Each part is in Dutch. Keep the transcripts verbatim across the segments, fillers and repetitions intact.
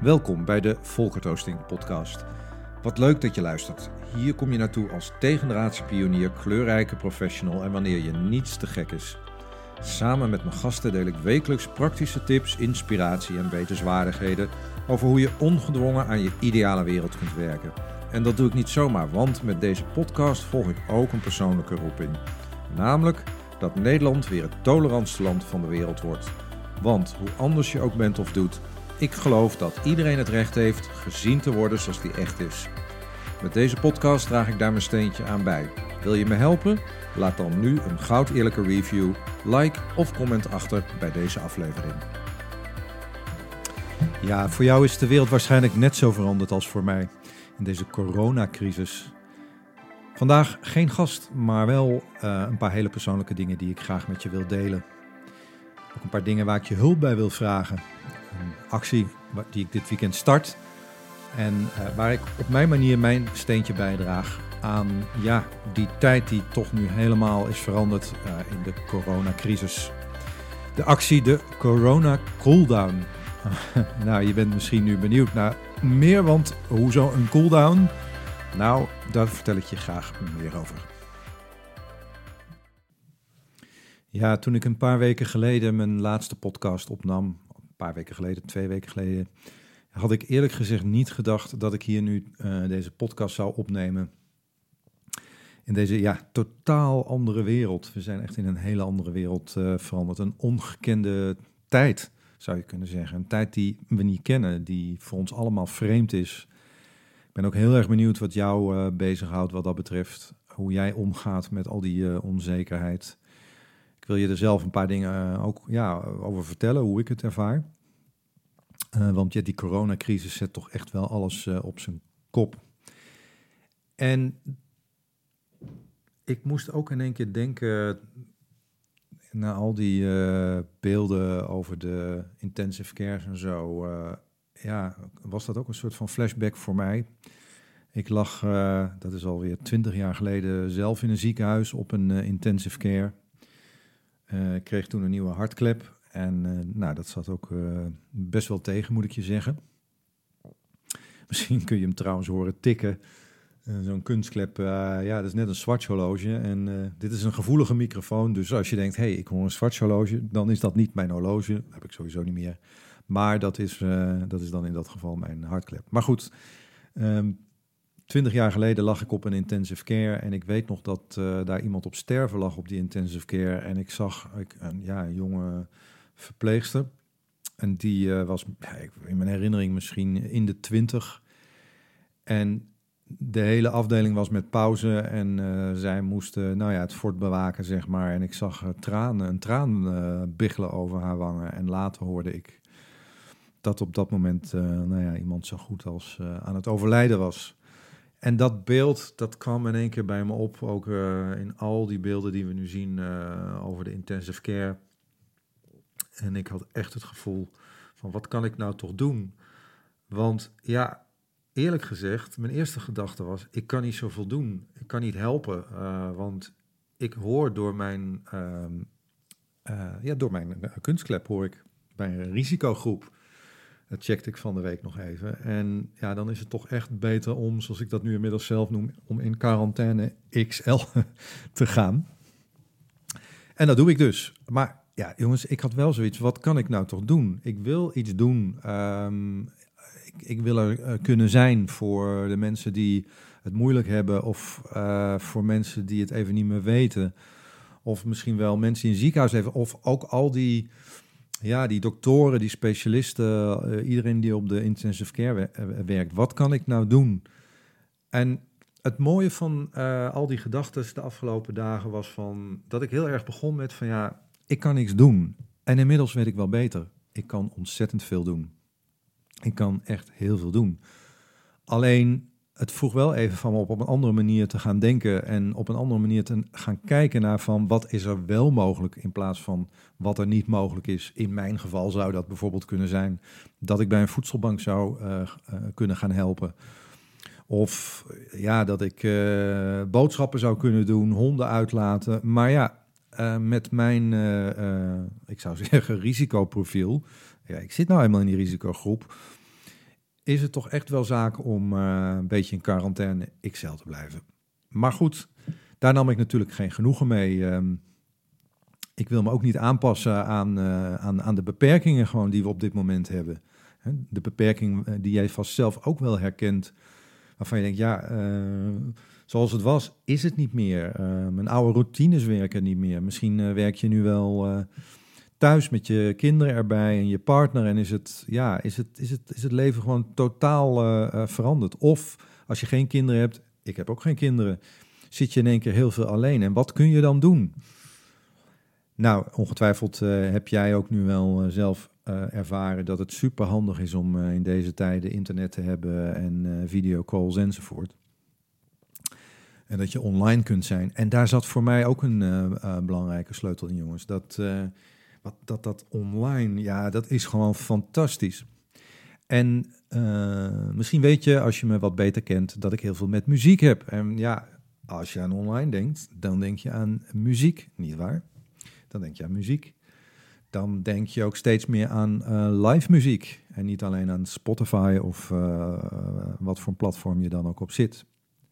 Welkom bij de Volkertoasting podcast. Wat leuk dat je luistert. Hier kom je naartoe als tegendraadse pionier, kleurrijke professional en wanneer je niets te gek is. Samen met mijn gasten deel ik wekelijks praktische tips, inspiratie en wetenswaardigheden over hoe je ongedwongen aan je ideale wereld kunt werken. En dat doe ik niet zomaar, want met deze podcast volg ik ook een persoonlijke roeping. Namelijk dat Nederland weer het tolerantste land van de wereld wordt. Want hoe anders je ook bent of doet, ik geloof dat iedereen het recht heeft gezien te worden zoals die echt is. Met deze podcast draag ik daar mijn steentje aan bij. Wil je me helpen? Laat dan nu een goud eerlijke review, like of comment achter bij deze aflevering. Ja, voor jou is de wereld waarschijnlijk net zo veranderd als voor mij in deze coronacrisis. Vandaag geen gast, maar wel uh, een paar hele persoonlijke dingen die ik graag met je wil delen. Ook een paar dingen waar ik je hulp bij wil vragen. Een actie die ik dit weekend start en uh, waar ik op mijn manier mijn steentje bijdraag aan ja, die tijd die toch nu helemaal is veranderd uh, in de coronacrisis. De actie, de Corona Cooldown. Nou, je bent misschien nu benieuwd naar meer, want hoezo een cooldown? Nou, daar vertel ik je graag meer over. Ja, toen ik een paar weken geleden mijn laatste podcast opnam, een paar weken geleden, twee weken geleden, had ik eerlijk gezegd niet gedacht dat ik hier nu uh, deze podcast zou opnemen. In deze ja, totaal andere wereld. We zijn echt in een hele andere wereld uh, veranderd. Een ongekende tijd, zou je kunnen zeggen. Een tijd die we niet kennen, die voor ons allemaal vreemd is. Ik ben ook heel erg benieuwd wat jou uh, bezighoudt wat dat betreft. Hoe jij omgaat met al die uh, onzekerheid. Ik wil je er zelf een paar dingen uh, ook ja, over vertellen, hoe ik het ervaar. Uh, want ja, die coronacrisis zet toch echt wel alles uh, op zijn kop. En ik moest ook in één keer denken naar al die uh, beelden over de intensive care en zo. Uh, ja, was dat ook een soort van flashback voor mij. Ik lag, uh, dat is alweer twintig jaar geleden, zelf in een ziekenhuis op een uh, intensive care. Uh, ik kreeg toen een nieuwe hartklep en uh, nou, dat zat ook uh, best wel tegen, moet ik je zeggen. Misschien kun je hem trouwens horen tikken. Uh, zo'n kunstklep, uh, ja, dat is net een Swatch-horloge. En uh, dit is een gevoelige microfoon, dus als je denkt, hé, hey, ik hoor een Swatch-horloge, dan is dat niet mijn horloge. Dat heb ik sowieso niet meer. Maar dat is, uh, dat is dan in dat geval mijn hartklep. Maar goed, um, twintig jaar geleden lag ik op een intensive care en ik weet nog dat uh, daar iemand op sterven lag op die intensive care. En ik zag ik, een, ja, een jonge verpleegster en die uh, was ja, in mijn herinnering misschien in de twintig. En de hele afdeling was met pauze en uh, zij moesten nou ja, het fort bewaken, zeg maar. En ik zag uh, tranen, een traan uh, biggelen over haar wangen. En later hoorde ik dat op dat moment uh, nou ja, iemand zo goed als uh, aan het overlijden was. En dat beeld, dat kwam in één keer bij me op, ook uh, in al die beelden die we nu zien uh, over de intensive care. En ik had echt het gevoel van, wat kan ik nou toch doen? Want ja, eerlijk gezegd, mijn eerste gedachte was, ik kan niet zoveel doen. Ik kan niet helpen, uh, want ik hoor door mijn, uh, uh, ja, door mijn uh, kunstklep hoor ik bij een risicogroep. Dat checkte ik van de week nog even. En ja, dan is het toch echt beter om, zoals ik dat nu inmiddels zelf noem, om in quarantaine X L te gaan. En dat doe ik dus. Maar ja, jongens, ik had wel zoiets, wat kan ik nou toch doen? Ik wil iets doen. Um, ik, ik wil er uh, kunnen zijn voor de mensen die het moeilijk hebben, of uh, voor mensen die het even niet meer weten. Of misschien wel mensen die in een ziekenhuis hebben, of ook al die... Ja, die doktoren, die specialisten, uh, iedereen die op de intensive care we- werkt. Wat kan ik nou doen? En het mooie van uh, al die gedachten de afgelopen dagen was van dat ik heel erg begon met van ja, ik kan niks doen. En inmiddels weet ik wel beter. Ik kan ontzettend veel doen. Ik kan echt heel veel doen. Alleen, het vroeg wel even van me op, op een andere manier te gaan denken en op een andere manier te gaan kijken naar van wat is er wel mogelijk in plaats van wat er niet mogelijk is. In mijn geval zou dat bijvoorbeeld kunnen zijn dat ik bij een voedselbank zou uh, uh, kunnen gaan helpen. Of ja, dat ik uh, boodschappen zou kunnen doen, honden uitlaten. Maar ja, uh, met mijn, uh, uh, ik zou zeggen, risicoprofiel. Ja, ik zit nou helemaal in die risicogroep. is het toch echt wel zaak om uh, een beetje in quarantaine X L te blijven. Maar goed, daar nam ik natuurlijk geen genoegen mee. Um, ik wil me ook niet aanpassen aan, uh, aan, aan de beperkingen gewoon die we op dit moment hebben. De beperking die jij vast zelf ook wel herkent, waarvan je denkt, ja, uh, zoals het was, is het niet meer. Uh, mijn oude routines werken niet meer. Misschien uh, werk je nu wel uh, thuis met je kinderen erbij en je partner en is het, ja, is het, is het, is het leven gewoon totaal uh, uh, veranderd. Of als je geen kinderen hebt, ik heb ook geen kinderen, zit je in één keer heel veel alleen. En wat kun je dan doen? Nou, ongetwijfeld uh, heb jij ook nu wel uh, zelf uh, ervaren dat het super handig is om uh, in deze tijden internet te hebben en uh, videocalls enzovoort. En dat je online kunt zijn. En daar zat voor mij ook een uh, uh, belangrijke sleutel in, jongens. Dat, uh, wat, dat dat online, ja, dat is gewoon fantastisch. En uh, misschien weet je, als je me wat beter kent, dat ik heel veel met muziek heb. En ja, als je aan online denkt, dan denk je aan muziek, niet waar? Dan denk je aan muziek. Dan denk je ook steeds meer aan uh, live muziek. En niet alleen aan Spotify of uh, wat voor een platform je dan ook op zit.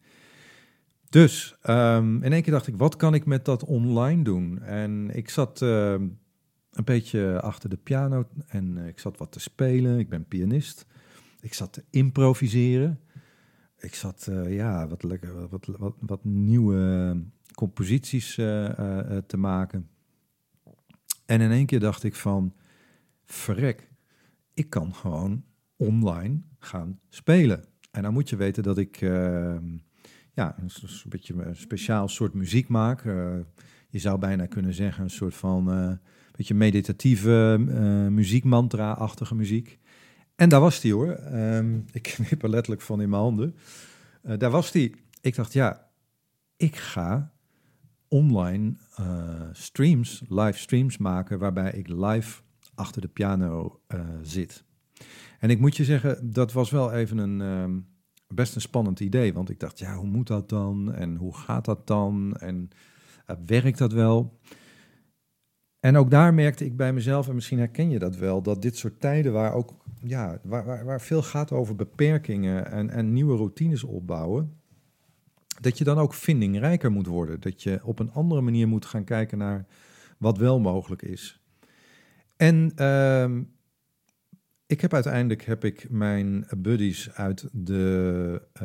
Dus um, in één keer dacht ik, wat kan ik met dat online doen? En ik zat uh, een beetje achter de piano en uh, ik zat wat te spelen. Ik ben pianist. Ik zat te improviseren. Ik zat uh, ja, wat, lekker, wat, wat, wat nieuwe composities uh, uh, te maken. En in één keer dacht ik van, verrek, ik kan gewoon online gaan spelen. En dan moet je weten dat ik uh, ja, een, een beetje een speciaal soort muziek maak. Uh, je zou bijna kunnen zeggen een soort van uh, beetje meditatieve uh, muziekmantra-achtige muziek. En daar was die hoor. Um, ik knip er letterlijk van in mijn handen. Uh, daar was die. Ik dacht, ja, ik ga online uh, streams, live streams maken, waarbij ik live achter de piano uh, zit. En ik moet je zeggen, dat was wel even een um, best een spannend idee, want ik dacht, ja, hoe moet dat dan? En hoe gaat dat dan? En uh, werkt dat wel? En ook daar merkte ik bij mezelf, en misschien herken je dat wel, dat dit soort tijden waar ook, ja, waar, waar, waar veel gaat over beperkingen en, en nieuwe routines opbouwen, dat je dan ook vindingrijker moet worden. Dat je op een andere manier moet gaan kijken naar wat wel mogelijk is. En uh, ik heb uiteindelijk heb ik mijn buddies uit de, uh,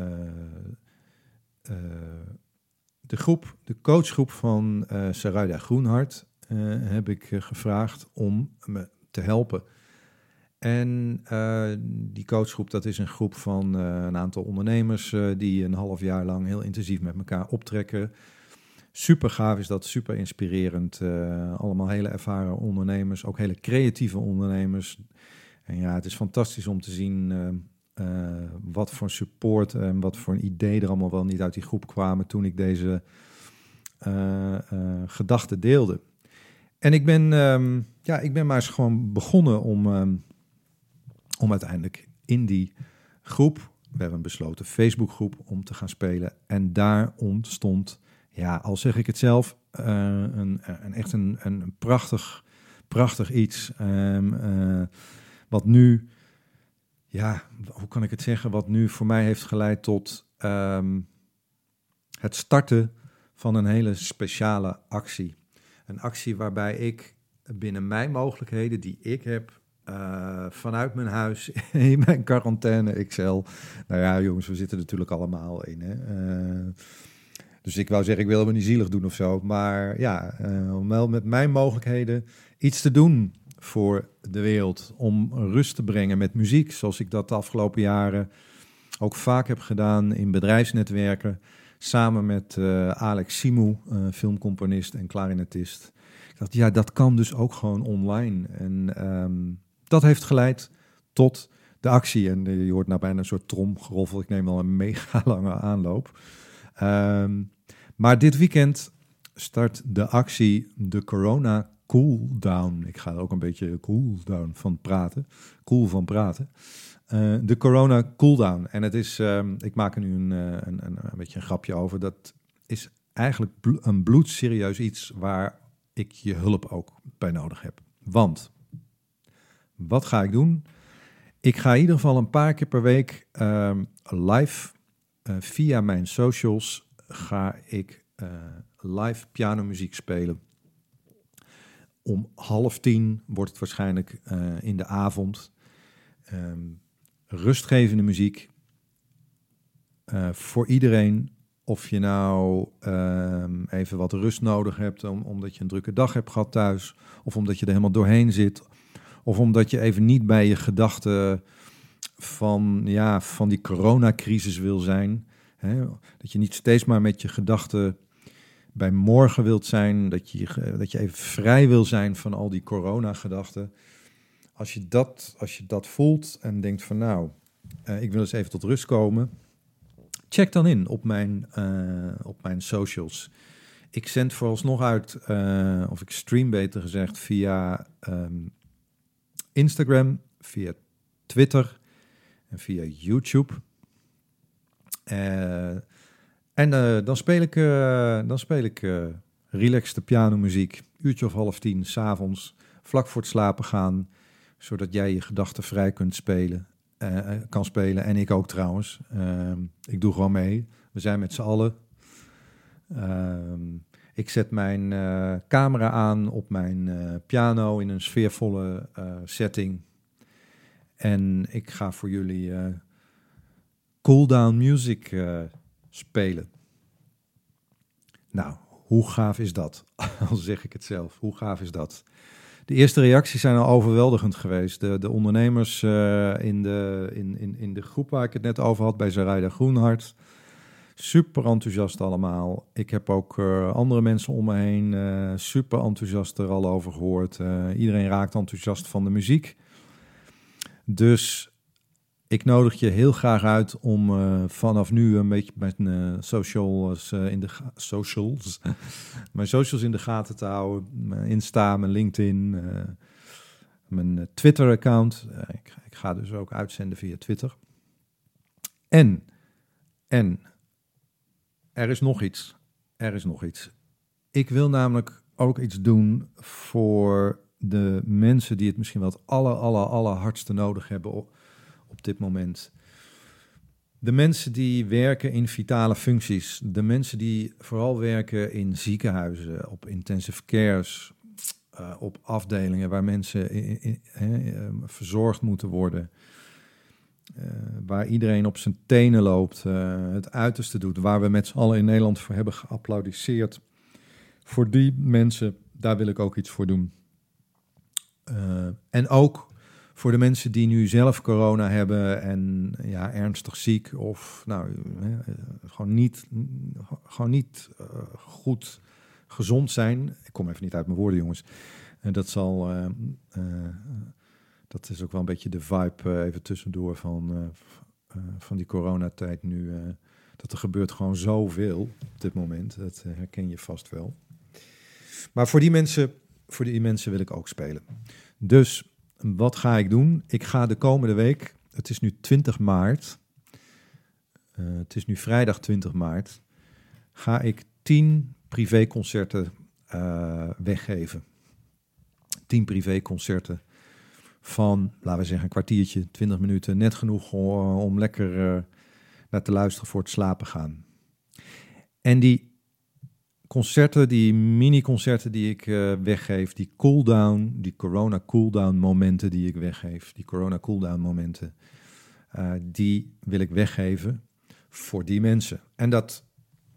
uh, de groep, de coachgroep van uh, Sarayda Groenhart, uh, heb ik uh, gevraagd om me te helpen. En uh, die coachgroep, dat is een groep van uh, een aantal ondernemers uh, die een half jaar lang heel intensief met elkaar optrekken. Super gaaf is dat, super inspirerend. Uh, allemaal hele ervaren ondernemers, ook hele creatieve ondernemers. En ja, het is fantastisch om te zien uh, uh, wat voor support en wat voor een idee er allemaal wel niet uit die groep kwamen toen ik deze uh, uh, gedachten deelde. En ik ben, um, ja, ik ben maar eens gewoon begonnen om... Um, Om uiteindelijk in die groep, we hebben een besloten Facebookgroep, om te gaan spelen. En daar ontstond, ja, al zeg ik het zelf, uh, een, een, echt een, een prachtig, prachtig iets. Um, uh, wat nu, ja, hoe kan ik het zeggen, wat nu voor mij heeft geleid tot um, het starten van een hele speciale actie. Een actie waarbij ik binnen mijn mogelijkheden die ik heb, Uh, vanuit mijn huis, in mijn quarantaine X L. Nou ja, jongens, we zitten natuurlijk allemaal in. Hè? Uh, dus ik wou zeggen, ik wil helemaal niet zielig doen of zo. Maar ja, uh, om wel met mijn mogelijkheden iets te doen voor de wereld. Om rust te brengen met muziek, zoals ik dat de afgelopen jaren ook vaak heb gedaan in bedrijfsnetwerken. Samen met uh, Alex Simou, uh, filmcomponist en klarinetist. Ik dacht, ja, dat kan dus ook gewoon online. En um, dat heeft geleid tot de actie. En je hoort nou bijna een soort tromgeroffel. Ik neem al een mega lange aanloop. Um, maar dit weekend start de actie de Corona Cool Down. Ik ga er ook een beetje cool down van praten. Cool van praten. Uh, de Corona Cool Down. En het is, um, ik maak er nu een, een, een, een beetje een grapje over. Dat is eigenlijk blo- een bloedserieus iets waar ik je hulp ook bij nodig heb. Want, wat ga ik doen? Ik ga in ieder geval een paar keer per week uh, live uh, via mijn socials ga ik uh, live pianomuziek spelen. Om half tien wordt het waarschijnlijk uh, in de avond. Um, rustgevende muziek. Uh, voor iedereen. Of je nou um, even wat rust nodig hebt om, omdat je een drukke dag hebt gehad thuis. Of omdat je er helemaal doorheen zit. Of omdat je even niet bij je gedachten van, ja, van die coronacrisis wil zijn. Hè? Dat je niet steeds maar met je gedachten bij morgen wilt zijn. Dat je, dat je even vrij wil zijn van al die coronagedachten. Als je dat, als je dat voelt en denkt van nou, uh, ik wil eens even tot rust komen. Check dan in op mijn, uh, op mijn socials. Ik zend vooralsnog uit, uh, of ik stream beter gezegd, via um, Instagram, via Twitter en via YouTube. Uh, en uh, dan speel ik, uh, dan speel ik uh, relaxte pianomuziek, uurtje of half tien, 's avonds, vlak voor het slapen gaan, zodat jij je gedachten vrij kunt spelen. Uh, kan spelen. En ik ook trouwens. Uh, ik doe gewoon mee. We zijn met z'n allen. Uh, ik zet mijn uh, camera aan op mijn uh, piano in een sfeervolle uh, setting. En ik ga voor jullie uh, cool-down music uh, spelen. Nou, hoe gaaf is dat? Al zeg ik het zelf. Hoe gaaf is dat? De eerste reacties zijn al overweldigend geweest. De, de ondernemers uh, in, de, in, in, in de groep waar ik het net over had, bij Zaraida Groenhart. Super enthousiast allemaal. Ik heb ook uh, andere mensen om me heen uh, super enthousiast er al over gehoord. Uh, iedereen raakt enthousiast van de muziek. Dus ik nodig je heel graag uit om uh, vanaf nu een beetje met mijn socials, uh, in de ga- socials, mijn socials in de gaten te houden. Mijn Insta, mijn LinkedIn, uh, mijn uh, Twitter-account. Uh, ik, ik ga dus ook uitzenden via Twitter. En, en, er is nog iets. Er is nog iets. Ik wil namelijk ook iets doen voor de mensen die het misschien wel het aller, aller, aller hardste nodig hebben op, op dit moment. De mensen die werken in vitale functies. De mensen die vooral werken in ziekenhuizen, op intensive cares, uh, op afdelingen waar mensen in, in, in, uh, verzorgd moeten worden. Uh, waar iedereen op zijn tenen loopt, uh, het uiterste doet. Waar we met z'n allen in Nederland voor hebben geapplaudisseerd. Voor die mensen, daar wil ik ook iets voor doen. Uh, en ook voor de mensen die nu zelf corona hebben en ja, ernstig ziek of nou, uh, gewoon niet, gewoon niet uh, goed gezond zijn. Ik kom even niet uit mijn woorden, jongens. Uh, dat zal... Uh, uh, Dat is ook wel een beetje de vibe uh, even tussendoor van, uh, uh, van die coronatijd nu. Uh, dat er gebeurt gewoon zoveel op dit moment. Dat uh, herken je vast wel. Maar voor die mensen, voor die mensen wil ik ook spelen. Dus wat ga ik doen? Ik ga de komende week, het is nu twintig maart. Uh, het is nu vrijdag twintig maart. Ga ik tien privéconcerten uh, weggeven. tien privéconcerten. Van, laten we zeggen, een kwartiertje, twintig minuten. Net genoeg om, om lekker uh, naar te luisteren voor het slapen gaan. En die concerten, die mini-concerten die ik uh, weggeef, die cool-down, die corona cool-down momenten die ik weggeef, die corona cool-down momenten, uh, die wil ik weggeven voor die mensen. En dat,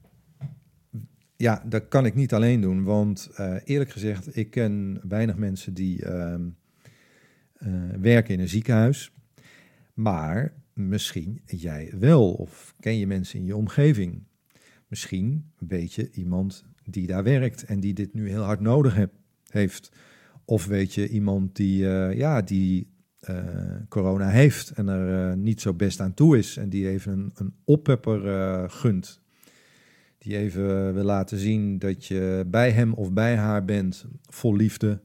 ja, dat kan ik niet alleen doen, want uh, eerlijk gezegd, ik ken weinig mensen die... Uh, Uh, werken in een ziekenhuis, maar misschien jij wel, of ken je mensen in je omgeving. Misschien weet je iemand die daar werkt en die dit nu heel hard nodig heb, heeft. Of weet je iemand die, uh, ja, die uh, corona heeft en er uh, niet zo best aan toe is en die even een, een oppepper uh, gunt. Die even wil laten zien dat je bij hem of bij haar bent, vol liefde.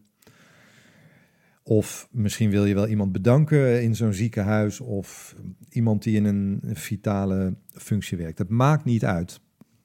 Of misschien wil je wel iemand bedanken in zo'n ziekenhuis of iemand die in een vitale functie werkt. Dat maakt niet uit.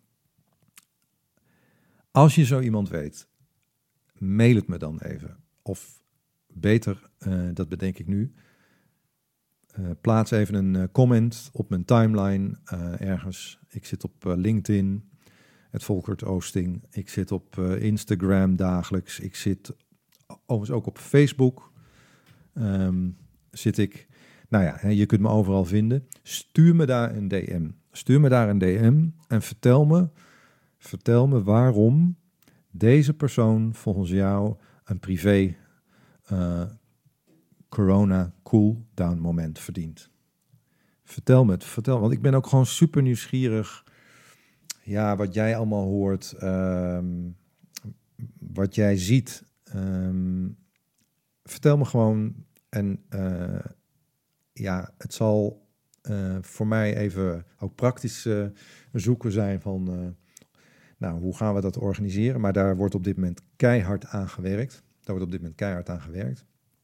Als je zo iemand weet, mail het me dan even. Of beter, uh, dat bedenk ik nu, uh, plaats even een uh, comment op mijn timeline uh, ergens. Ik zit op uh, LinkedIn, het Volkert Oosting. Ik zit op uh, Instagram dagelijks. Ik zit overigens ook op Facebook. Um, zit ik. Nou ja, je kunt me overal vinden. Stuur me daar een D M. Stuur me daar een D M en vertel me, vertel me waarom deze persoon volgens jou een privé uh, corona cool-down moment verdient. Vertel me het, vertel, want ik ben ook gewoon super nieuwsgierig. Ja, wat jij allemaal hoort, um, wat jij ziet. Um, vertel me gewoon en uh, ja, het zal uh, voor mij even ook praktisch uh, zoeken zijn van, uh, nou, hoe gaan we dat organiseren? Maar daar wordt op dit moment keihard aan gewerkt. Daar wordt op dit moment keihard aan gewerkt.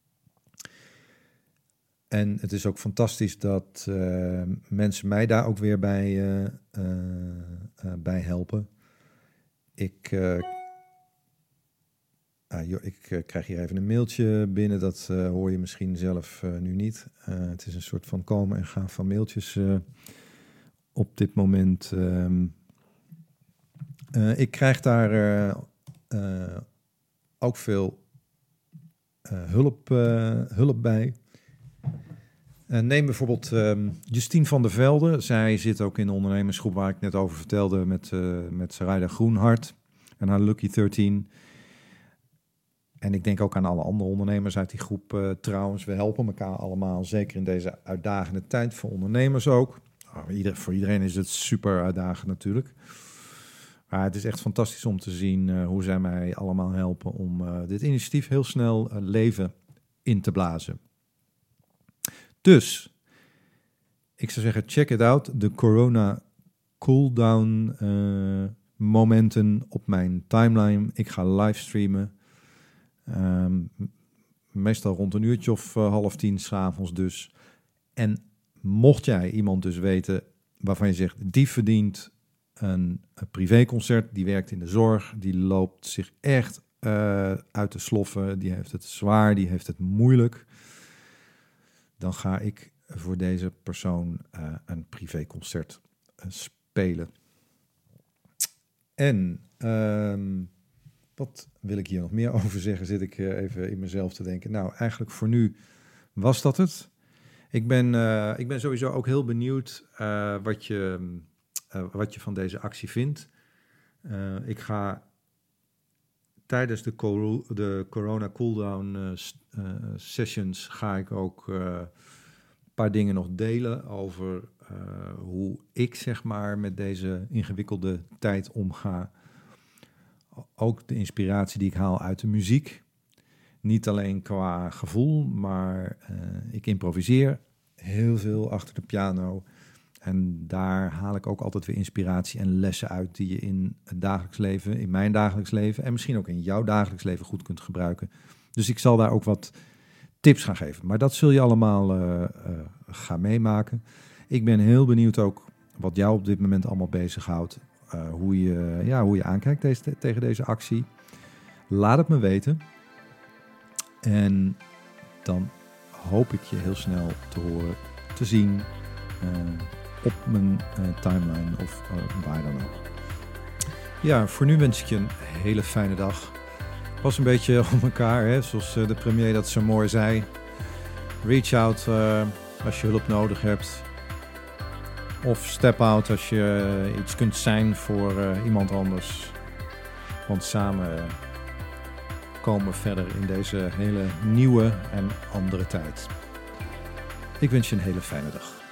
En het is ook fantastisch dat uh, mensen mij daar ook weer bij, uh, uh, uh, bij helpen. Ik, uh, ah, joh, ik uh, krijg hier even een mailtje binnen, dat uh, hoor je misschien zelf uh, nu niet. Uh, het is een soort van komen en gaan van mailtjes uh, op dit moment. Um, uh, ik krijg daar uh, uh, ook veel uh, hulp, uh, hulp bij. Uh, neem bijvoorbeeld um, Justine van der Velde. Zij zit ook in de ondernemersgroep waar ik net over vertelde met, uh, met Sarayda Groenhart en haar Lucky dertien. En ik denk ook aan alle andere ondernemers uit die groep uh, trouwens. We helpen elkaar allemaal, zeker in deze uitdagende tijd voor ondernemers ook. Oh, ieder, voor iedereen is het super uitdagend natuurlijk. Maar het is echt fantastisch om te zien uh, hoe zij mij allemaal helpen om uh, dit initiatief heel snel uh, leven in te blazen. Dus, ik zou zeggen, check it out. De corona cooldown uh, momenten op mijn timeline. Ik ga livestreamen. Um, meestal rond een uurtje of uh, half tien 's avonds dus. En mocht jij iemand dus weten waarvan je zegt, die verdient een, een privéconcert, die werkt in de zorg, die loopt zich echt uh, uit de sloffen, die heeft het zwaar, die heeft het moeilijk, dan ga ik voor deze persoon uh, een privéconcert uh, spelen. En um, wat wil ik hier nog meer over zeggen? Zit ik uh, even in mezelf te denken. Nou, eigenlijk voor nu was dat het. Ik ben, uh, ik ben sowieso ook heel benieuwd uh, wat, je, uh, wat je van deze actie vindt. Uh, ik ga tijdens de, cor- de corona cooldown uh, uh, sessions ga ik ook uh, een paar dingen nog delen over uh, hoe ik zeg maar met deze ingewikkelde tijd omga. Ook de inspiratie die ik haal uit de muziek. Niet alleen qua gevoel, maar uh, ik improviseer heel veel achter de piano. En daar haal ik ook altijd weer inspiratie en lessen uit die je in het dagelijks leven, in mijn dagelijks leven en misschien ook in jouw dagelijks leven goed kunt gebruiken. Dus ik zal daar ook wat tips gaan geven. Maar dat zul je allemaal uh, uh, gaan meemaken. Ik ben heel benieuwd ook wat jou op dit moment allemaal bezighoudt. Uh, hoe, je, ja, hoe je aankijkt deze, tegen deze actie. Laat het me weten. En dan hoop ik je heel snel te horen, te zien uh, op mijn uh, timeline of uh, waar dan ook. Ja, voor nu wens ik je een hele fijne dag. Pas een beetje op elkaar, hè? Zoals uh, de premier dat zo mooi zei. Reach out uh, als je hulp nodig hebt. Of step out als je uh, iets kunt zijn voor uh, iemand anders. Want samen uh, komen we verder in deze hele nieuwe en andere tijd. Ik wens je een hele fijne dag.